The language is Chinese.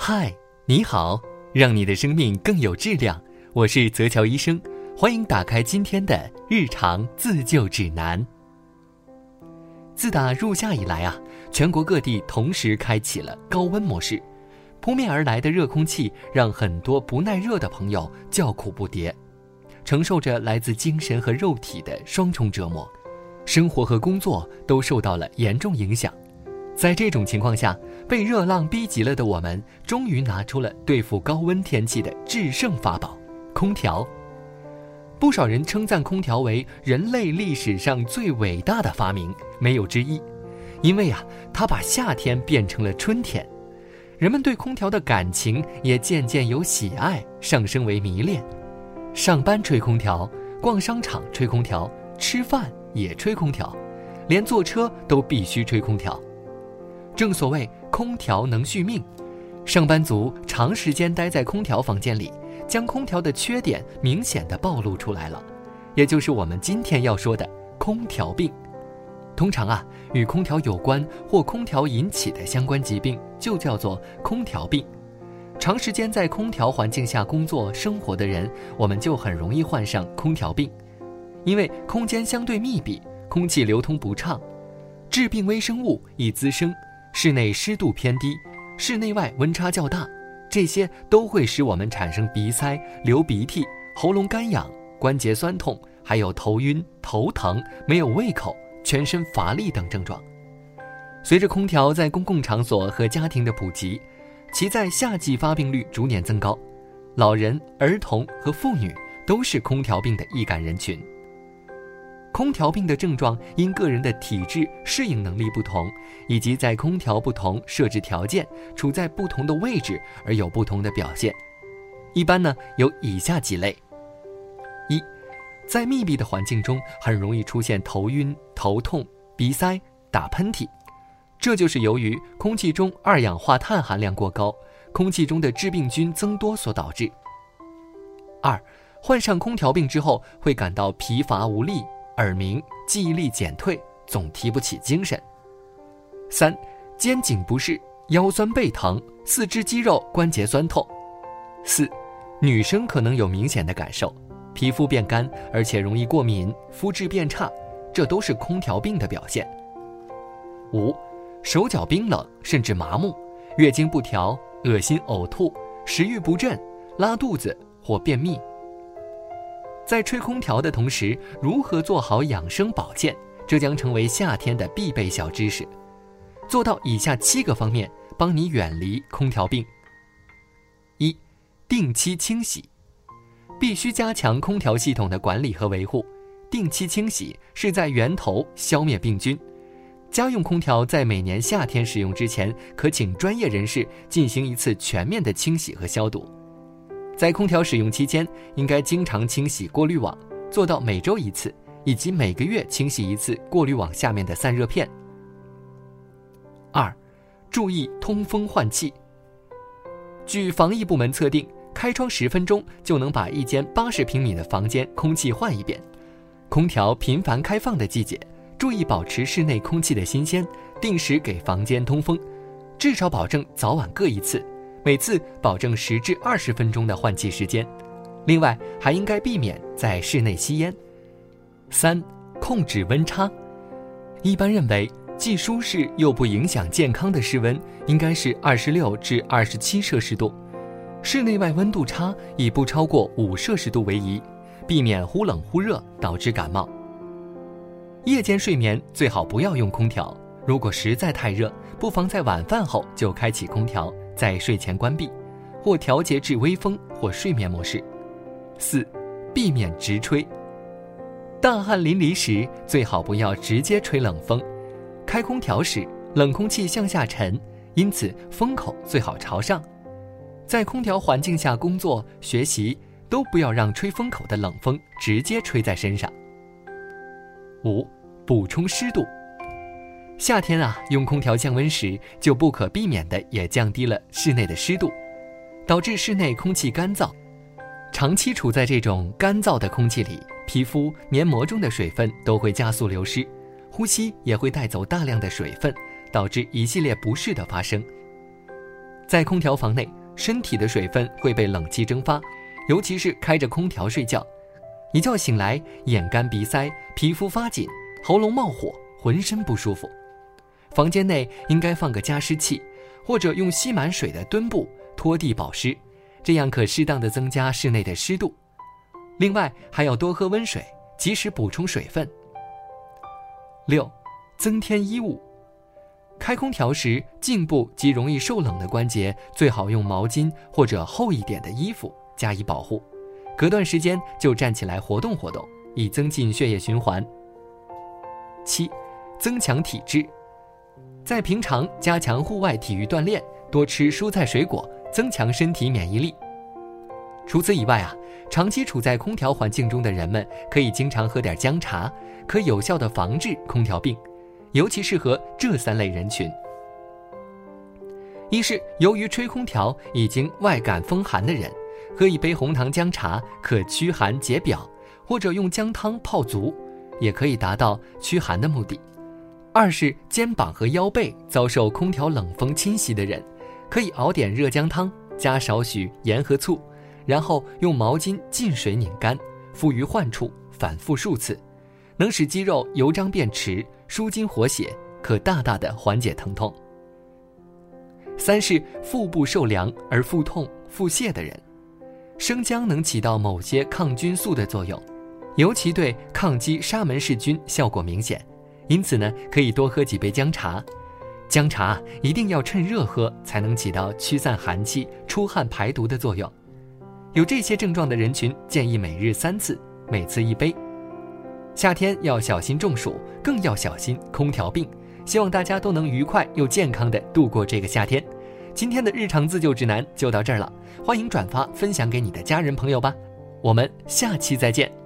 嗨，你好，让你的生命更有质量，我是泽乔医生，欢迎打开今天的日常自救指南。自打入夏以来全国各地同时开启了高温模式，扑面而来的热空气让很多不耐热的朋友叫苦不迭，承受着来自精神和肉体的双重折磨，生活和工作都受到了严重影响。在这种情况下，被热浪逼急了的我们终于拿出了对付高温天气的制胜法宝——空调。不少人称赞空调为人类历史上最伟大的发明，没有之一。因为它把夏天变成了春天，人们对空调的感情也渐渐由喜爱上升为迷恋。上班吹空调，逛商场吹空调，吃饭也吹空调，连坐车都必须吹空调。正所谓空调能续命，上班族长时间待在空调房间里，将空调的缺点明显地暴露出来了，也就是我们今天要说的空调病。通常与空调有关或空调引起的相关疾病就叫做空调病。长时间在空调环境下工作生活的人，我们就很容易患上空调病。因为空间相对密闭，空气流通不畅，致病微生物易滋生，室内湿度偏低，室内外温差较大，这些都会使我们产生鼻塞、流鼻涕、喉咙干痒、关节酸痛，还有头晕、头疼、没有胃口、全身乏力等症状。随着空调在公共场所和家庭的普及，其在夏季发病率逐年增高，老人、儿童和妇女都是空调病的易感人群。空调病的症状因个人的体质、适应能力不同，以及在空调不同设置条件、处在不同的位置而有不同的表现。一般有以下几类：一，在密闭的环境中很容易出现头晕、头痛、鼻塞、打喷嚏，这就是由于空气中二氧化碳含量过高，空气中的致病菌增多所导致。二，患上空调病之后会感到疲乏无力、耳鸣、记忆力减退，总提不起精神。三，肩颈不适、腰酸背疼、四肢肌肉关节酸痛。四，女生可能有明显的感受，皮肤变干，而且容易过敏，肤质变差，这都是空调病的表现。五，手脚冰冷甚至麻木，月经不调、恶心呕吐、食欲不振、拉肚子或便秘。在吹空调的同时，如何做好养生保健，这将成为夏天的必备小知识。做到以下7个方面，帮你远离空调病。一，定期清洗。必须加强空调系统的管理和维护，定期清洗是在源头消灭病菌。家用空调在每年夏天使用之前，可请专业人士进行一次全面的清洗和消毒。在空调使用期间，应该经常清洗过滤网，做到每周1次，以及每个月清洗1次过滤网下面的散热片。二，注意通风换气。据防疫部门测定，开窗10分钟就能把一间80平米的房间空气换一遍。空调频繁开放的季节，注意保持室内空气的新鲜，定时给房间通风，至少保证早晚各1次，每次保证10至20分钟的换气时间。另外，还应该避免在室内吸烟。三，控制温差。一般认为，既舒适又不影响健康的室温应该是26至27摄氏度，室内外温度差以不超过5摄氏度为宜，避免忽冷忽热导致感冒。夜间睡眠最好不要用空调，如果实在太热，不妨在晚饭后就开启空调，在睡前关闭，或调节至微风或睡眠模式。四，避免直吹。大汗淋漓时，最好不要直接吹冷风。开空调时，冷空气向下沉，因此风口最好朝上。在空调环境下工作、学习，都不要让吹风口的冷风直接吹在身上。五，补充湿度。夏天用空调降温时，就不可避免的也降低了室内的湿度，导致室内空气干燥。长期处在这种干燥的空气里，皮肤、黏膜中的水分都会加速流失，呼吸也会带走大量的水分，导致一系列不适的发生。在空调房内， 身体的水分会被冷气蒸发，尤其是开着空调睡觉，一觉醒来眼干鼻塞，皮肤发紧，喉咙冒火，浑身不舒服。房间内应该放个加湿器，或者用吸满水的墩布拖地保湿，这样可适当的增加室内的湿度。另外还要多喝温水，及时补充水分。6. 增添衣物。开空调时，颈部及容易受冷的关节最好用毛巾或者厚一点的衣服加以保护，隔段时间就站起来活动活动，以增进血液循环。7. 增强体质。在平常加强户外体育锻炼，多吃蔬菜水果，增强身体免疫力。除此以外长期处在空调环境中的人们可以经常喝点姜茶，可有效地防治空调病，尤其适合这3类人群。一是由于吹空调已经外感风寒的人，喝一杯红糖姜茶可驱寒解表，或者用姜汤泡足，也可以达到驱寒的目的。二是肩膀和腰背遭受空调冷风侵袭的人，可以熬点热姜汤，加少许盐和醋，然后用毛巾浸水拧干，敷于患处，反复数次，能使肌肉由张变弛，舒筋活血，可大大的缓解疼痛。三是腹部受凉而腹痛腹泻的人，生姜能起到某些抗菌素的作用，尤其对抗击沙门氏菌效果明显，因此呢，可以多喝几杯姜茶。姜茶一定要趁热喝，才能起到驱散寒气、出汗排毒的作用。有这些症状的人群，建议每日3次，每次1杯。夏天要小心中暑，更要小心空调病。希望大家都能愉快又健康地度过这个夏天。今天的日常自救指南就到这儿了，欢迎转发分享给你的家人朋友吧。我们下期再见。